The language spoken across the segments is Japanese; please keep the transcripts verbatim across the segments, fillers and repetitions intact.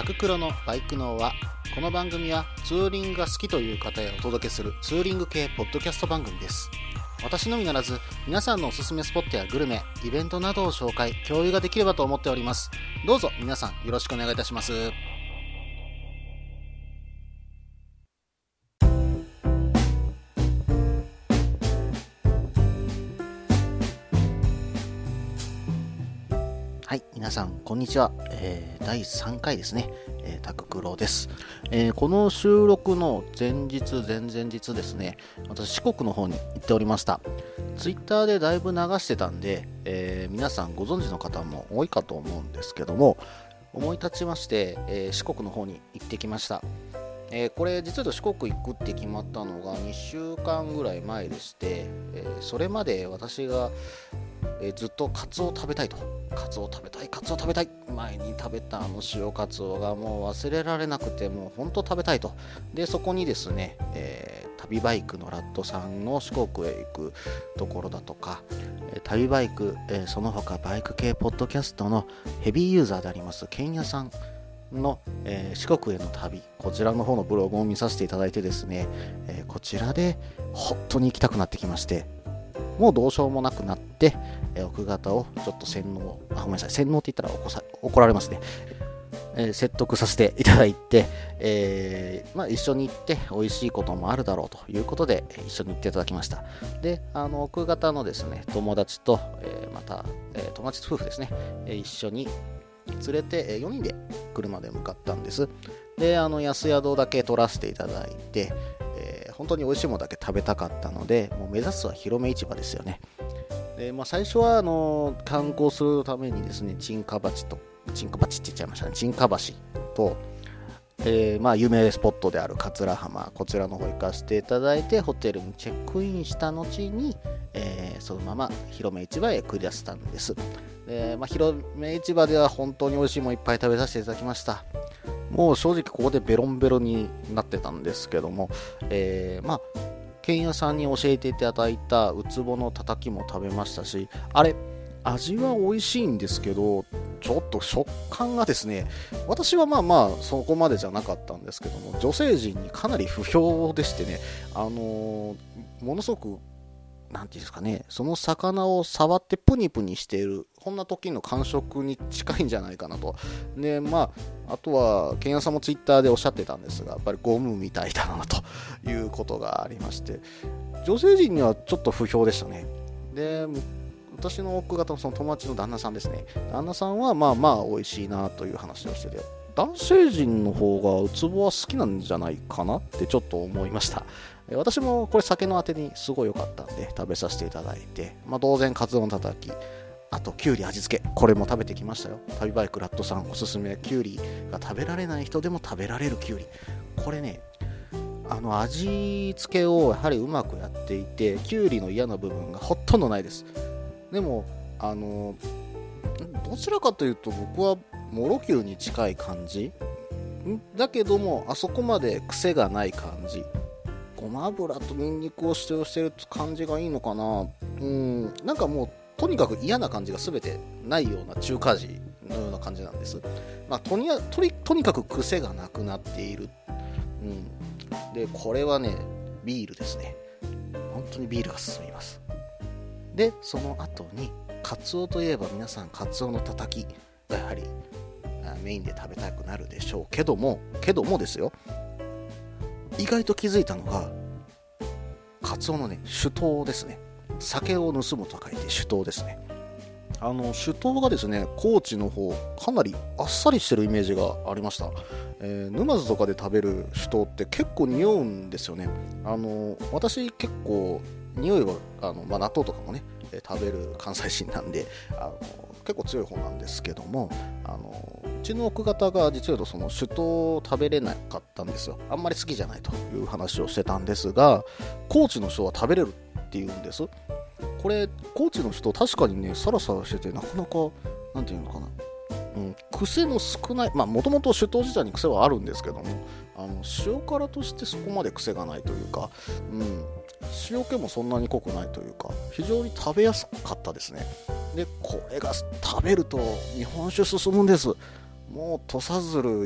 ククロのバイク脳は、この番組はツーリングが好きという方へお届けするツーリング系ポッドキャスト番組です。私のみならず皆さんのおすすめスポットやグルメ、イベントなどを紹介、共有ができればと思っております。どうぞ皆さんよろしくお願いいたします。はい、皆さんこんにちは、えー、だいさんかいですね、えー、タククロです、えー、この収録の前日前々日ですね、私四国の方に行っておりました。ツイッターでだいぶ流してたんで、えー、皆さんご存知の方も多いかと思うんですけども、思い立ちまして、えー、四国の方に行ってきました。えー、これ実は四国行くって決まったのがにしゅうかんぐらい前でして、えー、それまで私がえー、ずっとカツオを食べたいとカツオを食べたいカツオを食べたい前に食べたあの塩カツオがもう忘れられなくて、もう本当食べたいと。でそこにですね、えー、旅バイクのラットさんの四国へ行くところだとか、えー、旅バイク、えー、その他バイク系ポッドキャストのヘビーユーザーでありますケンヤさんの、えー、四国への旅、こちらの方のブログを見させていただいてですね、えー、こちらで本当に行きたくなってきまして、もうどうしようもなくなって、えー、奥方をちょっと洗脳、あ、ごめんなさい、洗脳って言ったら怒さ怒られますね、えー、説得させていただいて、えーまあ、一緒に行って美味しいこともあるだろうということで一緒に行っていただきました。で、あの奥方のですね友達と、えー、また、えー、友達夫婦ですね、えー、一緒に連れて、えー、よにんで車で向かったんです。で、あの安宿だけ取らせていただいて、本当に美味しいものだけ食べたかったので、もう目指すは広め市場ですよね。で、まあ、最初はあの観光するためにですね、沈下橋と沈下橋って言っちゃいましたね沈下橋と、えー、まあ有名スポットである桂浜、こちらの方行かせていただいて、ホテルにチェックインした後に、えー、そのまま広め市場へ繰り出したんです。で、まあ、広め市場では本当に美味しいものいっぱい食べさせていただきました。もう正直ここでベロンベロンになってたんですけども、えー、まあ剣屋さんに教えていただいたウツボのたたきも食べましたし、あれ味は美味しいんですけど、ちょっと食感がですね、私はまあまあそこまでじゃなかったんですけども、女性陣にかなり不評でしてね、あのー、ものすごくなんていうんですかね、その魚を触ってプニプニしている、こんな時の感触に近いんじゃないかなと。で、まあ、あとは、ケンヤさんもツイッターでおっしゃってたんですが、やっぱりゴムみたいだなということがありまして、女性陣にはちょっと不評でしたね。で、私の奥方のその友達の旦那さんですね。旦那さんはまあまあ美味しいなという話をしてて、男性陣の方がウツボは好きなんじゃないかなってちょっと思いました。私もこれ酒のあてにすごい良かったんで食べさせていただいて、まあ、当然カツオのたたき、あときゅうり味付け、これも食べてきましたよ。旅バイクラットさんおすすめ、きゅうりが食べられない人でも食べられるきゅうり、これね、あの味付けをやはりうまくやっていて、きゅうりの嫌な部分がほとんどないです。でもあのどちらかというと僕はモロキュウに近い感じだけども、あそこまで癖がない感じ、ごま油とニンニクを使用してる感じがいいのかな。うん、なんかもうとにかく嫌な感じが全てないような中華味のような感じなんです。まあ、とにとにとにかく癖がなくなっている、うん、でこれはねビールですね。本当にビールが進みます。でその後にカツオといえば皆さんカツオのたたきがやはりメインで食べたくなるでしょうけどもけどもですよ、意外と気づいたのがカツオのね酒盗ですね。酒を盗むと書いて酒盗ですね。あの酒盗がですね、高知の方かなりあっさりしてるイメージがありました。えー、沼津とかで食べる酒盗って結構匂うんですよね。あの私結構匂いはあの、まあ、納豆とかもね食べる関西人なんで、あの結構強い方なんですけども、あのうちの奥方が実はその酒盗を食べれなかったんですよ。あんまり好きじゃないという話をしてたんですが、高知の人は食べれるっていうんです。これ高知の人確かにねサラサラしてて、なかなかなんていうのかな、うん、癖の少ない、まあもともと酒盗自体に癖はあるんですけども、あの塩辛としてそこまで癖がないというか、うん、塩気もそんなに濃くないというか、非常に食べやすかったですね。でこれが食べると日本酒進むんです。もう土佐鶴行っ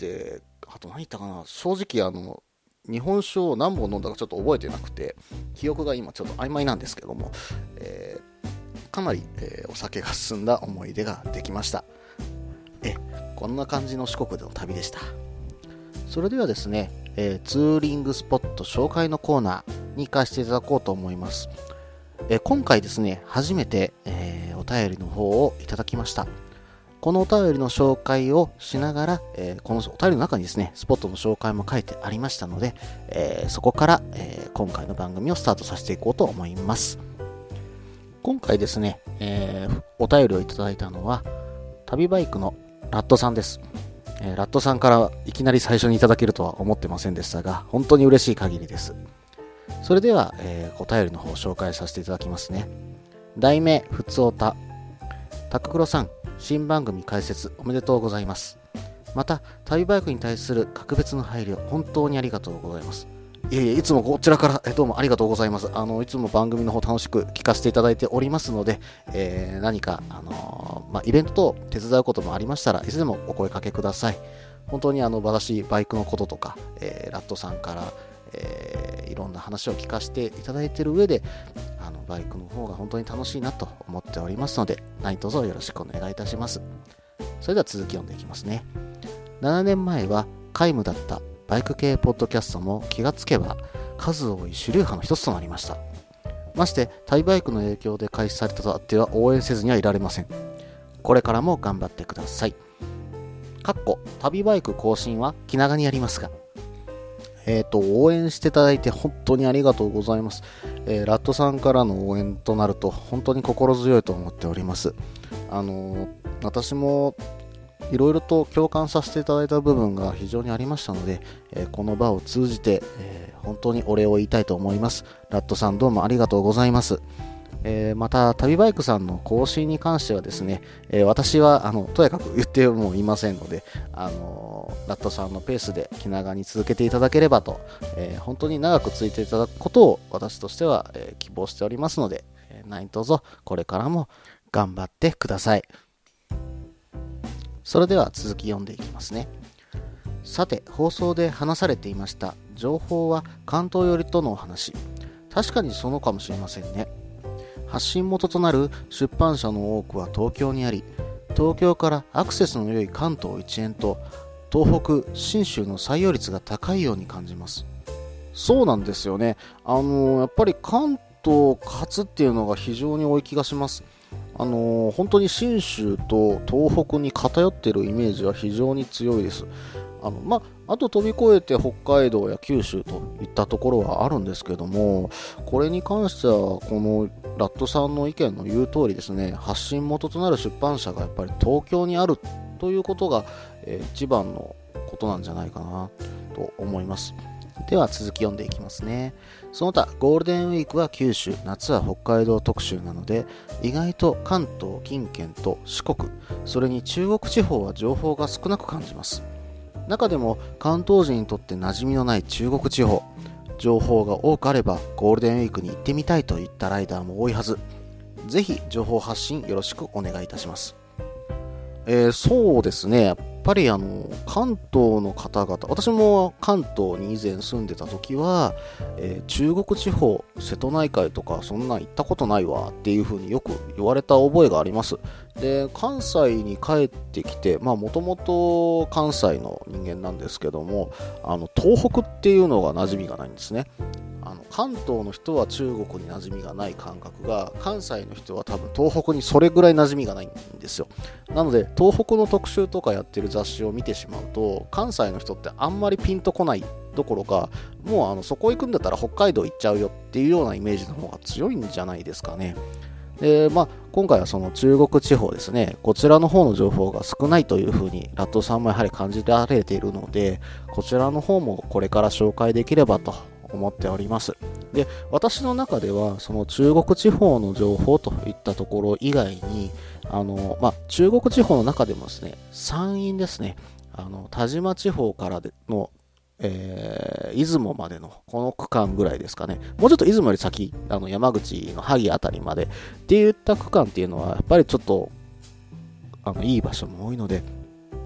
て、あと何言ったかな、正直あの日本酒を何本飲んだかちょっと覚えてなくて、記憶が今ちょっと曖昧なんですけども、えー、かなり、えー、お酒が進んだ思い出ができました。えこんな感じの四国での旅でした。それではですね、えー、ツーリングスポット紹介のコーナーに行かせていただこうと思います。えー、今回ですね、初めて、えー、お便りの方をいただきました。このお便りの紹介をしながら、えー、このお便りの中にですね、スポットの紹介も書いてありましたので、えー、そこから、えー、今回の番組をスタートさせていこうと思います。今回ですね、えー、お便りをいただいたのは、旅バイクのラットさんです。えー、ラットさんからいきなり最初にいただけるとは思ってませんでしたが、本当に嬉しい限りです。それでは、えー、お便りの方を紹介させていただきますね。題名、ふつおた。タククロさん、新番組開設おめでとうございます。また、旅バイクに対する格別の配慮、本当にありがとうございます。いえいえ、いつもこちらからえどうもありがとうございます。あのいつも番組の方楽しく聞かせていただいておりますので、えー、何か、あのーまあ、イベント等手伝うこともありましたらいつでもお声かけください。本当にあの私バイクのこととか、えー、ラットさんから、えー、いろんな話を聞かせていただいている上で、あのバイクの方が本当に楽しいなと思っておりますので、何卒よろしくお願いいたします。それでは続き読んでいきますね。ななねんまえは皆無だったバイク系ポッドキャストも気がつけば数多い主流派の一つとなりました。まして旅バイクの影響で開始されたとあっては応援せずにはいられません。これからも頑張ってください。かっこ旅バイク更新は気長にやりますが、えっと応援していただいて本当にありがとうございます。えー、ラットさんからの応援となると本当に心強いと思っております。あのー、私もいろいろと共感させていただいた部分が非常にありましたので、えー、この場を通じて、えー、本当にお礼を言いたいと思います。ラットさんどうもありがとうございます。えー、また旅バイクさんの更新に関してはですね、えー、私はあのとやかく言ってもいませんので、あのー、ラットさんのペースで気長に続けていただければと、えー、本当に長く続いていただくことを私としては、えー、希望しておりますので、えー、何卒これからも頑張ってください。それでは続き読んでいきますね。さて、放送で話されていました情報は関東寄りとのお話、確かにそのかもしれませんね。発信元となる出版社の多くは東京にあり、東京からアクセスの良い関東一円と東北信州の採用率が高いように感じます。そうなんですよね。あのー、やっぱり関東勝つっていうのが非常に多い気がします。あのー、本当に信州と東北に偏っているイメージは非常に強いです。あのまあ、あと飛び越えて北海道や九州といったところはあるんですけども、これに関してはこのラットさんの意見の言う通りですね、発信元となる出版社がやっぱり東京にあるということが、えー、一番のことなんじゃないかなと思います。では続き読んでいきますね。その他ゴールデンウィークは九州、夏は北海道特集なので、意外と関東近県と四国、それに中国地方は情報が少なく感じます。中でも関東人にとって馴染みのない中国地方、情報が多くあればゴールデンウィークに行ってみたいといったライダーも多いはず。ぜひ情報発信よろしくお願いいたします。えー、そうですね、やっぱりあの関東の方々、私も関東に以前住んでた時は、えー、中国地方、瀬戸内海とかそんなん行ったことないわっていう風によく言われた覚えがあります。で、関西に帰ってきて、まあもともと関西の人間なんですけども、あの東北っていうのが馴染みがないんですね。あの関東の人は中国に馴染みがない感覚が、関西の人は多分東北にそれぐらい馴染みがないんですよ。なので東北の特集とかやってる雑誌を見てしまうと、関西の人ってあんまりピンとこないどころか、もうあのそこ行くんだったら北海道行っちゃうよっていうようなイメージの方が強いんじゃないですかね。で、まあ、今回はその中国地方ですね、こちらの方の情報が少ないというふうにラットさんもやはり感じられているので、こちらの方もこれから紹介できればと思っております。で、私の中ではその中国地方の情報といったところ以外に、あの、まあ、中国地方の中でもですね、山陰ですね、あの田島地方からでのえー、出雲までのこの区間ぐらいですかね、もうちょっと出雲より先、あの山口の萩あたりまでっていった区間っていうのはやっぱりちょっとあのいい場所も多いので、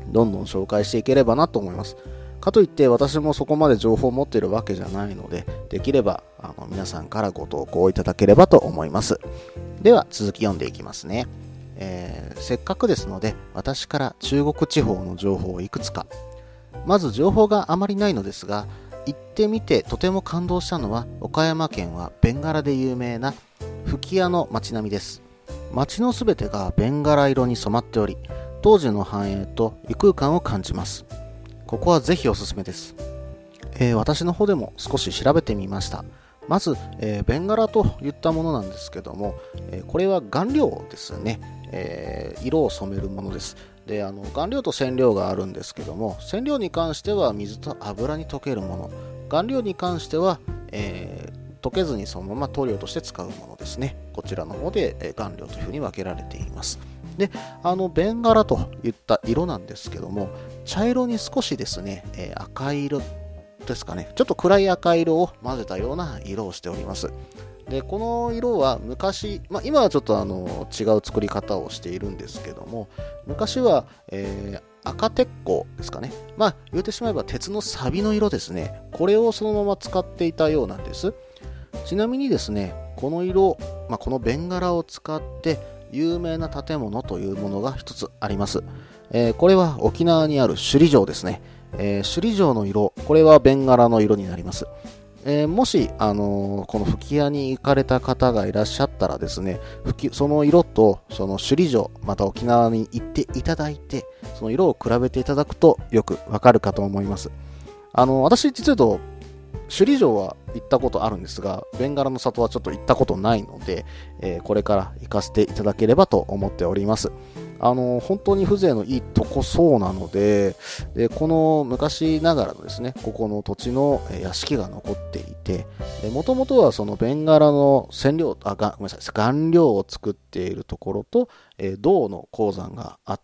どんどん紹介していければなと思います。かといって私もそこまで情報を持っているわけじゃないので、できればあの皆さんからご投稿いただければと思います。では続き読んでいきますね。えー、せっかくですので私から中国地方の情報をいくつか。まず情報があまりないのですが、行ってみてとても感動したのは、岡山県はベンガラで有名な吹屋の街並みです。街のすべてがベンガラ色に染まっており、当時の繁栄と異空間を感じます。ここはぜひおすすめです。えー、私の方でも少し調べてみました。まず、えー、ベンガラといったものなんですけども、えー、これは顔料ですね、えー、色を染めるものです。で、あの顔料と染料があるんですけども、染料に関しては水と油に溶けるもの、顔料に関しては、えー、溶けずにそのまま塗料として使うものですね。こちらの方で、えー、顔料というふうに分けられています。で、あのベンガラといった色なんですけども、茶色に少しですね、えー、赤い色ですかね、ちょっと暗い赤色を混ぜたような色をしております。で、この色は昔、まあ、今はちょっとあの違う作り方をしているんですけども、昔は、えー、赤鉄鋼ですかね、まあ言うてしまえば鉄の錆の色ですね、これをそのまま使っていたようなんです。ちなみにですね、この色、まあ、このベンガラを使って有名な建物というものが一つあります。えー、これは沖縄にある首里城ですね。えー、首里城の色、これはベンガラの色になります。えー、もし、あのー、この吹屋に行かれた方がいらっしゃったらですね、その色とその首里城、また沖縄に行っていただいて、その色を比べていただくとよくわかるかと思います。あのー、私実は言うと首里城は行ったことあるんですが、ベンガラの里はちょっと行ったことないので、えー、これから行かせていただければと思っております。あの本当に風情のいいとこそうなので、でこの昔ながらのですね、ここの土地の屋敷が残っていて、もともとはそのベンガラの染料、あ、がごめんなさい、顔料を作っているところと、えー、銅の鉱山があって、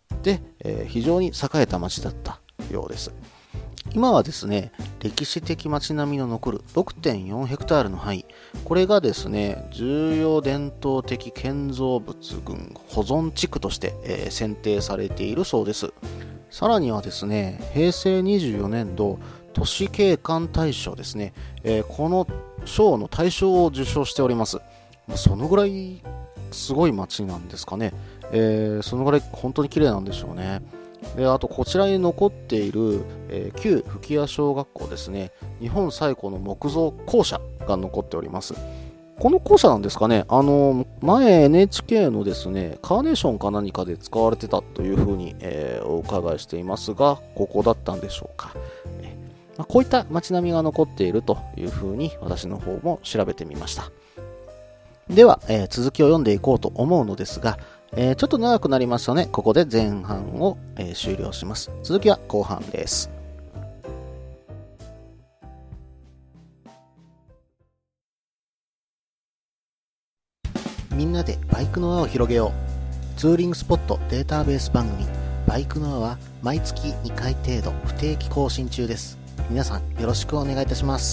えー、非常に栄えた町だったようです。今はですね、歴史的街並みの残る ろくてんよんヘクタールの範囲、これがですね、重要伝統的建造物群保存地区として、えー、選定されているそうです。さらにはですね、平成にじゅうよねんど都市景観大賞ですね、えー、この賞の大賞を受賞しております。そのぐらいすごい街なんですかね。えー、そのぐらい本当に綺麗なんでしょうね。で、あとこちらに残っている、えー、旧吹屋小学校ですね、日本最古の木造校舎が残っております。この校舎なんですかね、あの前 エヌエイチケー のですね、カーネーションか何かで使われてたというふうに、えー、お伺いしていますが、ここだったんでしょうか。えーまあ、こういった街並みが残っているというふうに私の方も調べてみました。では、えー、続きを読んでいこうと思うのですが、えー、ちょっと長くなりましたね。ここで前半を、えー、終了します。続きは後半です。みんなでバイクの輪を広げよう。ツーリングスポットデータベース番組バイクの輪は毎月にかい程度不定期更新中です。皆さんよろしくお願いいたします。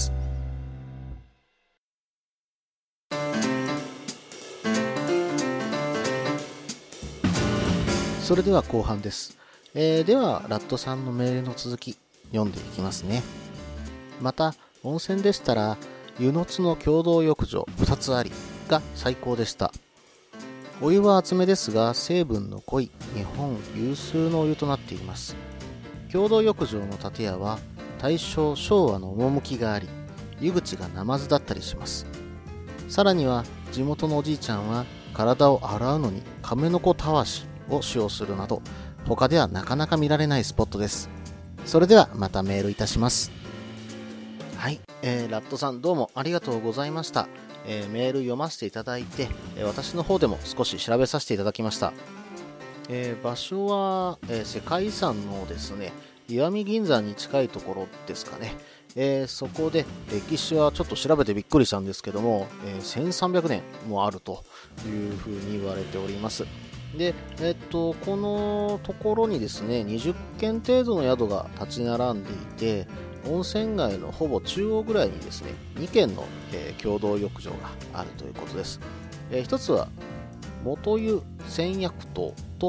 それでは後半です。えー、ではラットさんのメールの続き読んでいきますね。また温泉でしたら湯の津の共同浴場ふたつありが最高でした。お湯は厚めですが成分の濃い日本有数のお湯となっています。共同浴場の建屋は大正昭和の趣があり、湯口がナマズだったりします。さらには地元のおじいちゃんは体を洗うのに亀の子たわしを使用するなど、他ではなかなか見られないスポットです。それではまたメールいたします。はい、えー、ラットさんどうもありがとうございました。えー、メール読ませていただいて、えー、私の方でも少し調べさせていただきました。えー、場所は、えー、世界遺産のですね、石見銀山に近いところですかね。えー、そこで歴史はちょっと調べてびっくりしたんですけども、えー、せんさんびゃくねんもあるというふうに言われております。で、えっと、このところにですね、にじゅっけん程度の宿が立ち並んでいて、温泉街のほぼ中央ぐらいにですね、にけんの、えー、共同浴場があるということです。えー、ひとつは元湯千薬湯と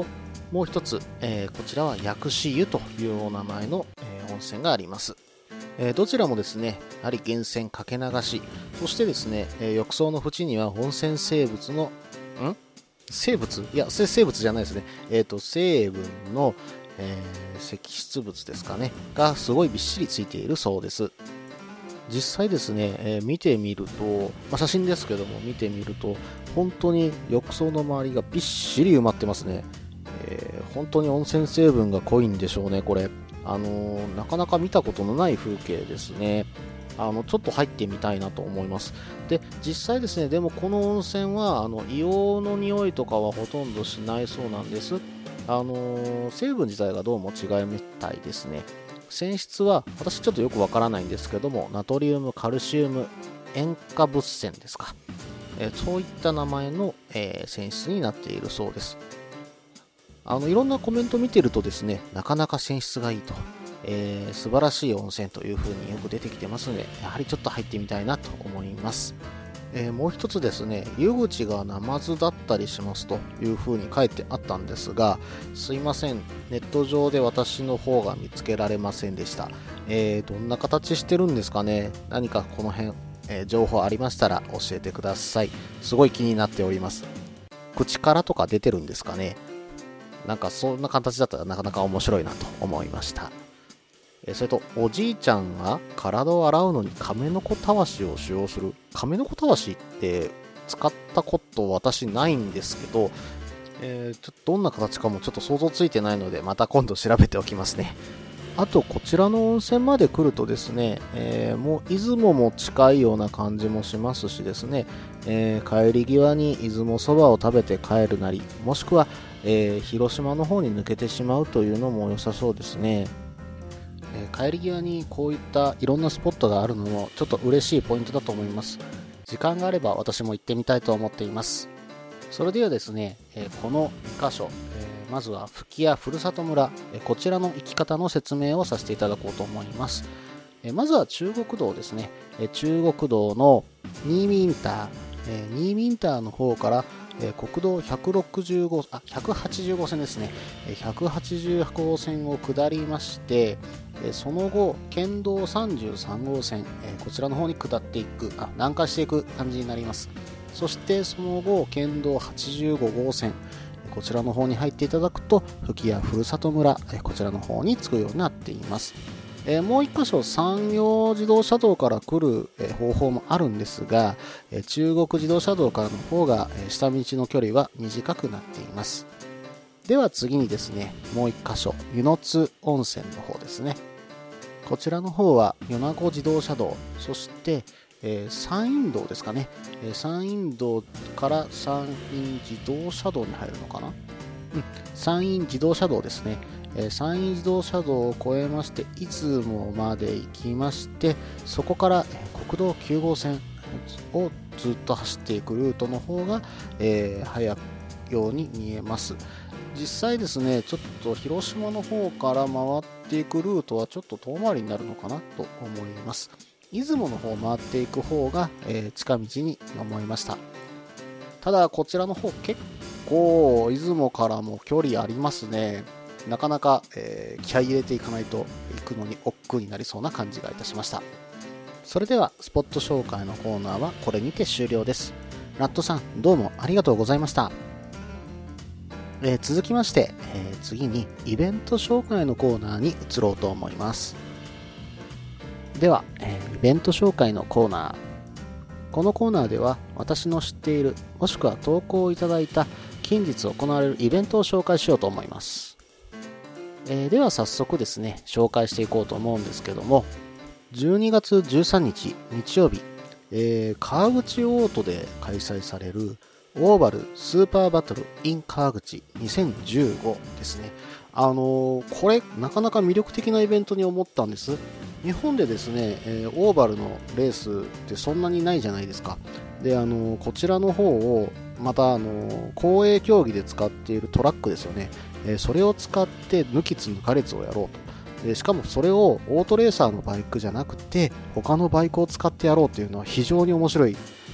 もう一つ、えー、こちらは薬師湯というお名前の、えー、温泉があります。えー、どちらもですね、やはり源泉かけ流し、そしてですね、えー、浴槽の縁には温泉生物の、ん生物いや、生物じゃないですね。えっと、成分の、えー、石質物ですかね、がすごいびっしりついているそうです。実際ですね、えー、見てみると、まあ、写真ですけども見てみると、本当に浴槽の周りがびっしり埋まってますね。えー、本当に温泉成分が濃いんでしょうね、これ。あのー、なかなか見たことのない風景ですね。あのちょっと入ってみたいなと思います。で、実際ですね、でもこの温泉はあの硫黄の匂いとかはほとんどしないそうなんです。あのー、成分自体がどうも違いみたいですね。泉質は私ちょっとよくわからないんですけども、ナトリウム、カルシウム、塩化物泉ですか、えー、そういった名前の、えー、泉質になっているそうです。あのいろんなコメント見てるとですね、なかなか泉質がいいと、えー、素晴らしい温泉という風によく出てきてますので、やはりちょっと入ってみたいなと思います。えー、もう一つですね、湯口がナマズだったりしますという風に書いてあったんですが、すいません、ネット上で私の方が見つけられませんでした。えー、どんな形してるんですかね。何かこの辺、えー、情報ありましたら教えてください。すごい気になっております。口からとか出てるんですかね。なんかそんな形だったらなかなか面白いなと思いました。それと、おじいちゃんが体を洗うのに亀の子たわしを使用する。亀の子たわしって使ったこと私ないんですけど、えー、ちょっとどんな形かもちょっと想像ついてないので、また今度調べておきますね。あと、こちらの温泉まで来るとですね、えー、もう出雲も近いような感じもしますしですね、えー、帰り際に出雲そばを食べて帰るなり、もしくは、えー、広島の方に抜けてしまうというのも良さそうですね。えー、帰り際にこういったいろんなスポットがあるのもちょっと嬉しいポイントだと思います。時間があれば私も行ってみたいと思っています。それではですね、えー、このに箇所、えー、まずは吹屋ふるさと村、えー、こちらの行き方の説明をさせていただこうと思います。えー、まずは中国道ですね、えー、中国道の新見インター、えー、新見インターの方からえー、国道ひゃくろくじゅうごあひゃくはちじゅうご線ですね、えー、ひゃくはちじゅうご線を下りまして、えー、その後県道さんじゅうさん号線、えー、こちらの方に下っていくあ南下していく感じになります。そしてその後県道はちじゅうご号線、こちらの方に入っていただくと吹屋ふるさと村、えー、こちらの方に着くようになっています。えー、もう一箇所山陽自動車道から来る、えー、方法もあるんですが、えー、中国自動車道からの方が、えー、下道の距離は短くなっています。では次にですね、もう一箇所湯の津温泉の方ですね。こちらの方は米子自動車道、そして、えー、山陰道ですかね、えー、山陰道から山陰自動車道に入るのかな、うん、山陰自動車道ですね。えー、山陰自動車道を越えまして出雲まで行きまして、そこから、えー、国道きゅう号線をずっと走っていくルートの方が、えー、早いように見えます。実際ですね、ちょっと広島の方から回っていくルートはちょっと遠回りになるのかなと思います。出雲の方を回っていく方が、えー、近道に思いました。ただこちらの方結構出雲からも距離ありますね。なかなか、えー、気合い入れていかないと行くのに億劫になりそうな感じがいたしました。それではスポット紹介のコーナーはこれにて終了です。ラットさんどうもありがとうございました。えー、続きまして、えー、次にイベント紹介のコーナーに移ろうと思います。では、えー、イベント紹介のコーナー。このコーナーでは私の知っているもしくは投稿いただいた近日行われるイベントを紹介しようと思います。えー、では早速ですね、紹介していこうと思うんですけども、じゅうにがつじゅうさんにち日曜日、えー、川口オートで開催されるオーバルスーパーバトル in 川口にせんじゅうごですね。あのー、これなかなか魅力的なイベントに思ったんです。日本でですね、えー、オーバルのレースってそんなにないじゃないですか。で、あのー、こちらの方をまた、あのー、公営競技で使っているトラックですよね、えー、それを使って抜きつ抜かれつをやろうと。でしかもそれをオートレーサーのバイクじゃなくて他のバイクを使ってやろうというのは非常に面白い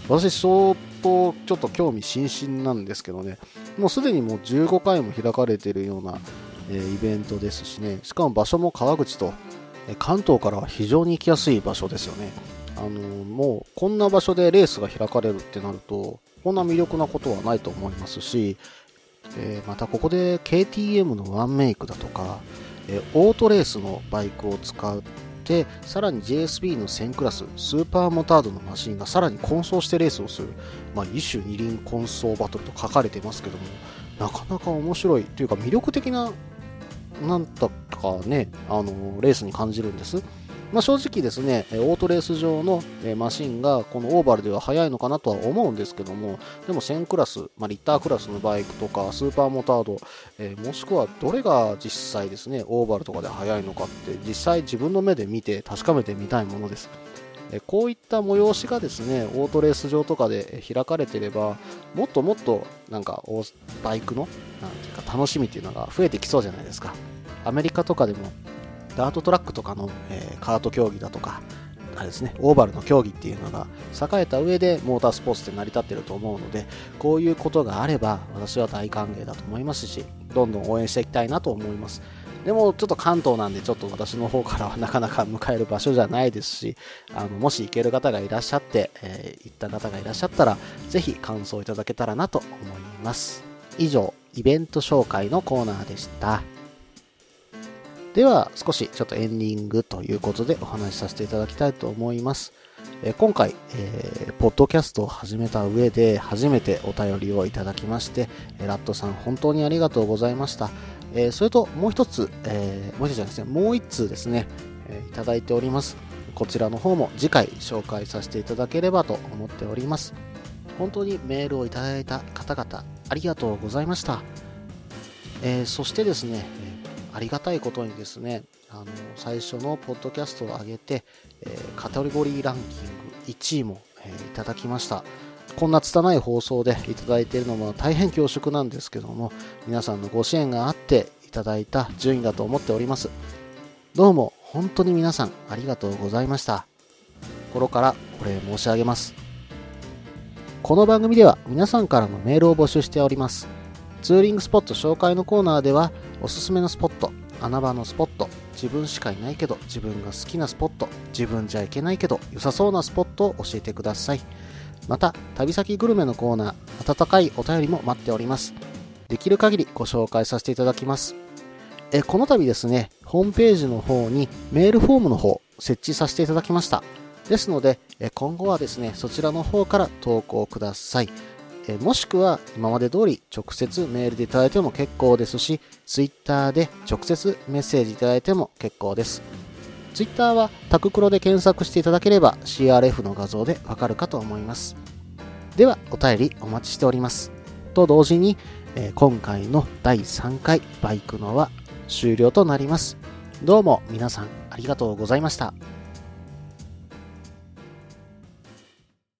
私相当ちょっと興味津々なんですけどね、もうすでにもうじゅうごかいも開かれているような、えー、イベントですしね、しかも場所も川口と、えー、関東からは非常に行きやすい場所ですよね。あのー、もうこんな場所でレースが開かれるってなると、こんな魅力なことはないと思いますし、えー、またここで ケーティーエム のワンメイクだとか、えー、オートレースのバイクを使うでさらに ジェイエスビー のせんクラススーパーモタードのマシンがさらに混走してレースをする、まあ、一種二輪混走バトルと書かれていますけども、なかなか面白いというか魅力的ななんだかね、あのレースに感じるんです。まあ、正直ですね、オートレース上のマシンがこのオーバルでは速いのかなとは思うんですけども、でもせんクラス、まあ、リッタークラスのバイクとかスーパーモタード、えー、もしくはどれが実際ですねオーバルとかで速いのかって実際自分の目で見て確かめてみたいものです。えー、こういった催しがですねオートレース場とかで開かれていれば、もっともっとなんかバイクのなんていうか楽しみっていうのが増えてきそうじゃないですか。アメリカとかでもダートトラックとかの、えー、カート競技だとかあれですね、オーバルの競技っていうのが栄えた上でモータースポーツって成り立っていると思うので、こういうことがあれば私は大歓迎だと思いますし、どんどん応援していきたいなと思います。でもちょっと関東なんでちょっと私の方からはなかなか迎える場所じゃないですし、あのもし行ける方がいらっしゃって、えー、行った方がいらっしゃったらぜひ感想いただけたらなと思います。以上、イベント紹介のコーナーでした。では少しちょっとエンディングということでお話しさせていただきたいと思います。えー、今回、えー、ポッドキャストを始めた上で初めてお便りをいただきまして、ラットさん本当にありがとうございました。えー、それともう一つ、えー、もう一つじゃないですね、もう一通ですね、えー、いただいております。こちらの方も次回紹介させていただければと思っております。本当にメールをいただいた方々ありがとうございました。えー、そしてですね、ありがたいことにですね、あの最初のポッドキャストを上げて、えー、カテゴリーランキングいちいも、えー、いただきました。こんな拙い放送でいただいているのも大変恐縮なんですけども、皆さんのご支援があっていただいた順位だと思っております。どうも本当に皆さんありがとうございました。心からお礼申し上げます。この番組では皆さんからのメールを募集しております。ツーリングスポット紹介のコーナーではおすすめのスポット、穴場のスポット、自分しかいないけど自分が好きなスポット、自分じゃいけないけど良さそうなスポットを教えてください。また旅先グルメのコーナー、温かいお便りも待っております。できる限りご紹介させていただきます。えこの度ですね、ホームページの方にメールフォームの方設置させていただきました。ですので今後はですねそちらの方から投稿ください。もしくは今まで通り直接メールでいただいても結構ですし、ツイッターで直接メッセージいただいても結構です。ツイッターはタククロで検索していただければ シーアールエフ の画像でわかるかと思います。ではお便りお待ちしております。と同時に、えー、今回のだいさんかいバイクのは終了となります。どうも皆さんありがとうございました。